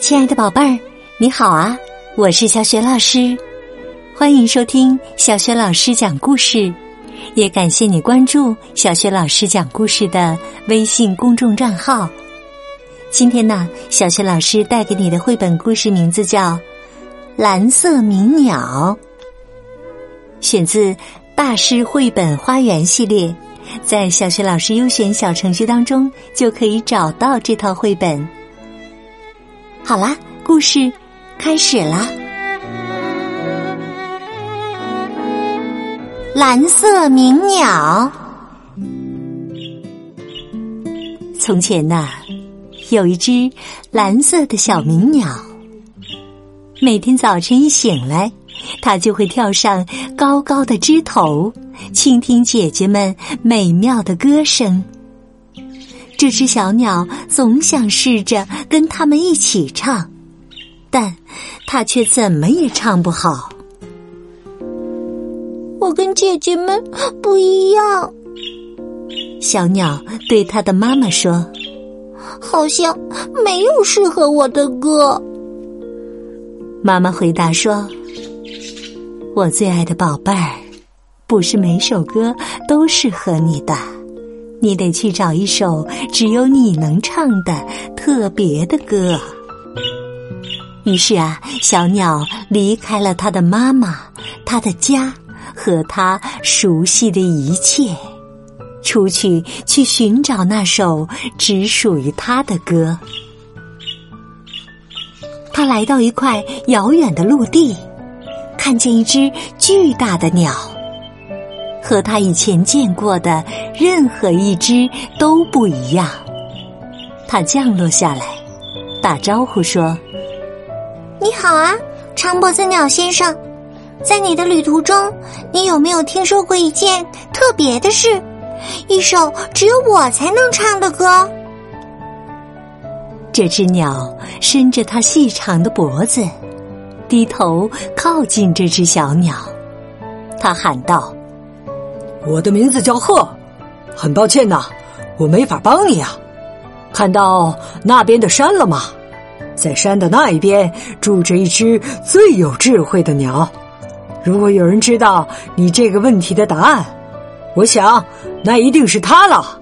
亲爱的宝贝儿，你好啊，我是小雪老师，欢迎收听小雪老师讲故事，也感谢你关注小雪老师讲故事的微信公众账号。今天呢，小雪老师带给你的绘本故事名字叫《蓝色鸣鸟》，选自大师绘本花园系列，在小雪老师优选小程序当中就可以找到这套绘本。好啦，故事开始啦。蓝色鸣鸟。从前呐，有一只蓝色的小鸣鸟，每天早晨一醒来，它就会跳上高高的枝头，倾听姐姐们美妙的歌声。这只小鸟总想试着跟它们一起唱，但它却怎么也唱不好。 我跟姐姐们不一样， 小鸟对它的妈妈说， 好像没有适合我的歌。 妈妈回答说，我最爱的宝贝儿，不是每首歌都适合你的，你得去找一首只有你能唱的特别的歌。于是啊，小鸟离开了它的妈妈，它的家和它熟悉的一切，出去寻找那首只属于它的歌。它来到一块遥远的陆地，看见一只巨大的鸟，和他以前见过的任何一只都不一样。他降落下来，打招呼说， 你好啊，长脖子鸟先生，在你的旅途中，你有没有听说过一件特别的事，一首只有我才能唱的歌？ 这只鸟伸着它细长的脖子，低头靠近这只小鸟，它喊道， 我的名字叫鹤，很抱歉呐，我没法帮你啊。看到那边的山了吗？在山的那一边住着一只最有智慧的鸟。如果有人知道你这个问题的答案，我想那一定是它了。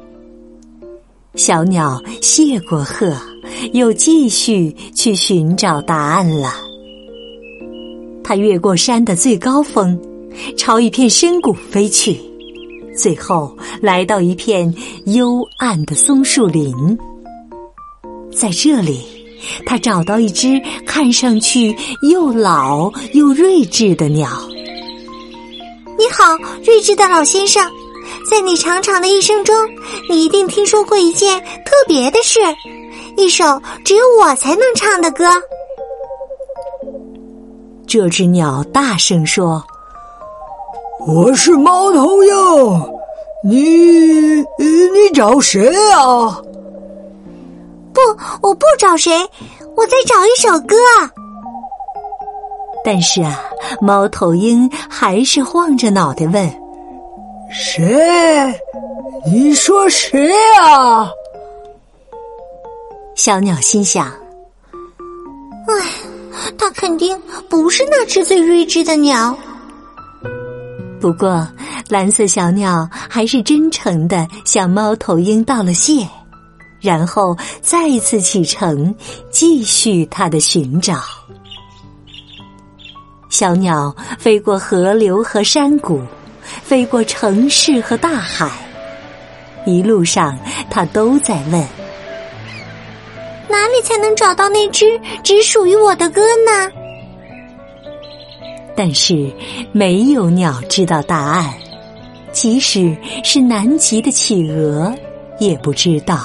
小鸟谢过鹤，又继续去寻找答案了。它越过山的最高峰，朝一片深谷飞去，最后来到一片幽暗的松树林。在这里，他找到一只看上去又老又睿智的鸟。 你好，睿智的老先生，在你长长的一生中，你一定听说过一件特别的事，一首只有我才能唱的歌。 这只鸟大声说， 我是猫头鹰，你找谁啊？ 不，我不找谁，我在找一首歌。 但是啊，猫头鹰还是晃着脑袋问， 谁？你说谁啊？ 小鸟心想， 唉，它肯定不是那只最睿智的鸟。 不过蓝色小鸟还是真诚地向猫头鹰道了谢，然后再一次启程，继续它的寻找。小鸟飞过河流和山谷，飞过城市和大海，一路上它都在问， 哪里才能找到那只只属于我的歌呢？ 但是没有鸟知道答案，即使是南极的企鹅也不知道。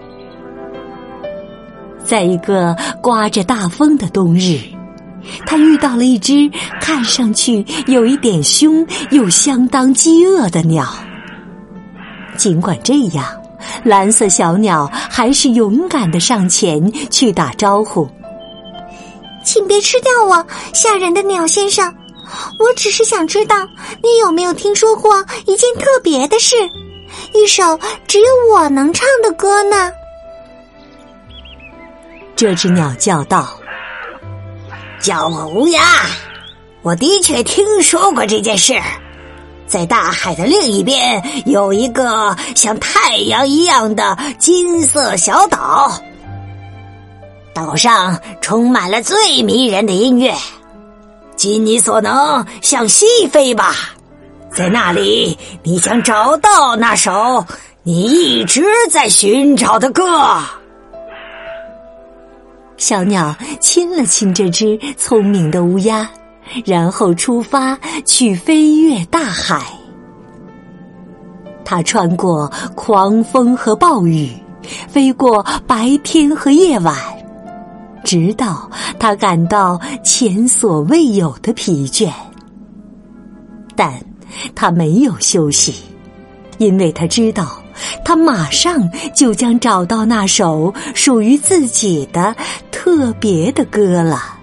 在一个刮着大风的冬日，他遇到了一只看上去有一点凶又相当饥饿的鸟。尽管这样，蓝色小鸟还是勇敢地上前去打招呼， 请别吃掉我，吓人的鸟先生，我只是想知道你有没有听说过一件特别的事，一首只有我能唱的歌呢？ 这只鸟叫道： 叫我乌鸦，我的确听说过这件事。在大海的另一边有一个像太阳一样的金色小岛，岛上充满了最迷人的音乐。尽你所能向西飞吧，在那里你将找到那首你一直在寻找的歌。 小鸟亲了亲这只聪明的乌鸦，然后出发去飞越大海。它穿过狂风和暴雨，飞过白天和夜晚，直到它感到前所未有的疲倦。但它没有休息，因为它知道它马上就将找到那首属于自己的特别的歌了。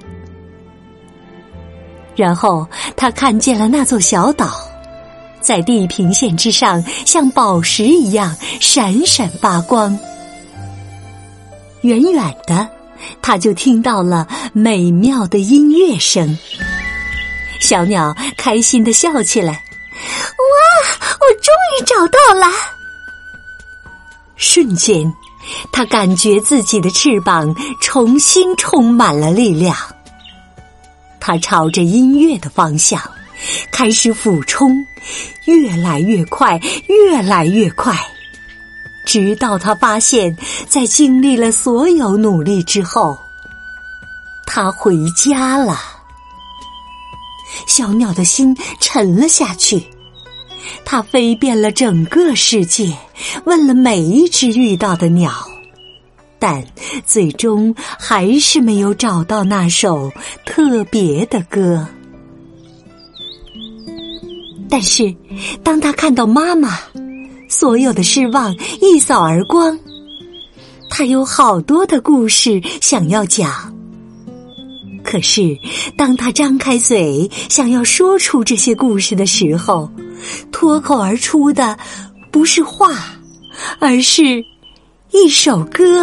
然后他看见了那座小岛，在地平线之上像宝石一样闪闪发光。远远的他就听到了美妙的音乐声，小鸟开心地笑起来。 哇，我终于找到了！ 瞬间，他感觉自己的翅膀重新充满了力量。他朝着音乐的方向开始俯冲，越来越快，越来越快，直到他发现，在经历了所有努力之后，他回家了。小鸟的心沉了下去，它飞遍了整个世界，问了每一只遇到的鸟，但最终还是没有找到那首特别的歌。但是当他看到妈妈，所有的失望一扫而光。他有好多的故事想要讲，可是当他张开嘴想要说出这些故事的时候，脱口而出的不是话，而是一首歌。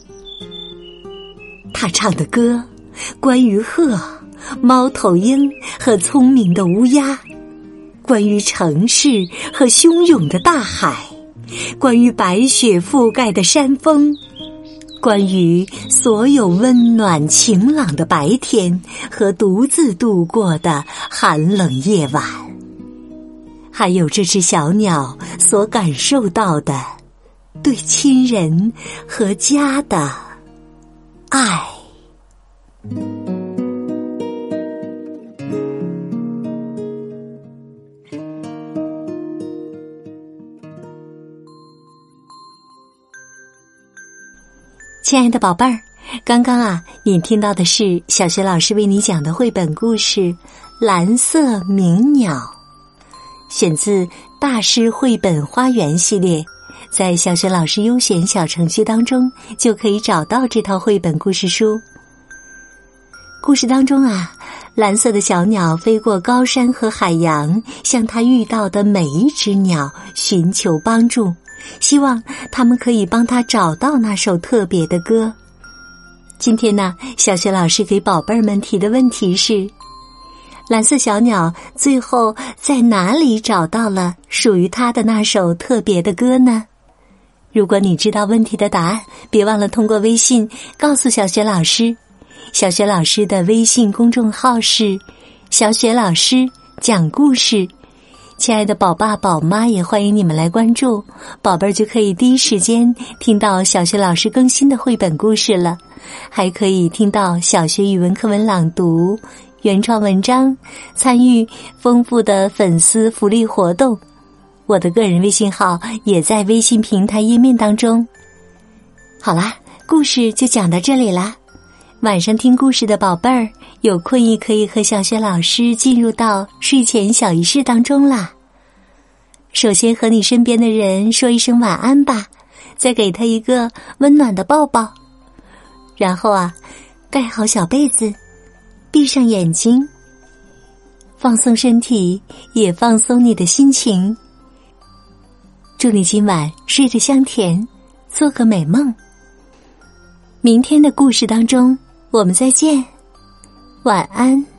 他唱的歌关于鹤、猫头鹰和聪明的乌鸦，关于城市和汹涌的大海，关于白雪覆盖的山峰，关于所有温暖晴朗的白天和独自度过的寒冷夜晚，还有这只小鸟所感受到的对亲人和家的爱。亲爱的宝贝儿，刚刚你听到的是小学老师为你讲的绘本故事《蓝色鸣鸟》，选自大师绘本花园系列，在小学老师优选小程序当中就可以找到这套绘本故事书。故事当中蓝色的小鸟飞过高山和海洋，向它遇到的每一只鸟寻求帮助，希望他们可以帮他找到那首特别的歌。今天小学老师给宝贝儿们提的问题是：蓝色小鸟最后在哪里找到了属于它的那首特别的歌呢？如果你知道问题的答案，别忘了通过微信告诉小学老师。小学老师的微信公众号是小雪老师讲故事，亲爱的宝爸宝妈也欢迎你们来关注，宝贝儿就可以第一时间听到小学老师更新的绘本故事了，还可以听到小学语文课文朗读、原创文章，参与丰富的粉丝福利活动。我的个人微信号也在微信平台页面当中。好啦，故事就讲到这里啦。晚上听故事的宝贝儿，有困意可以和小雪老师进入到睡前小仪式当中啦。首先和你身边的人说一声晚安吧，再给他一个温暖的抱抱，然后盖好小被子，闭上眼睛，放松身体，也放松你的心情。祝你今晚睡得香甜，做个美梦。 明天的故事当中我们再见，晚安。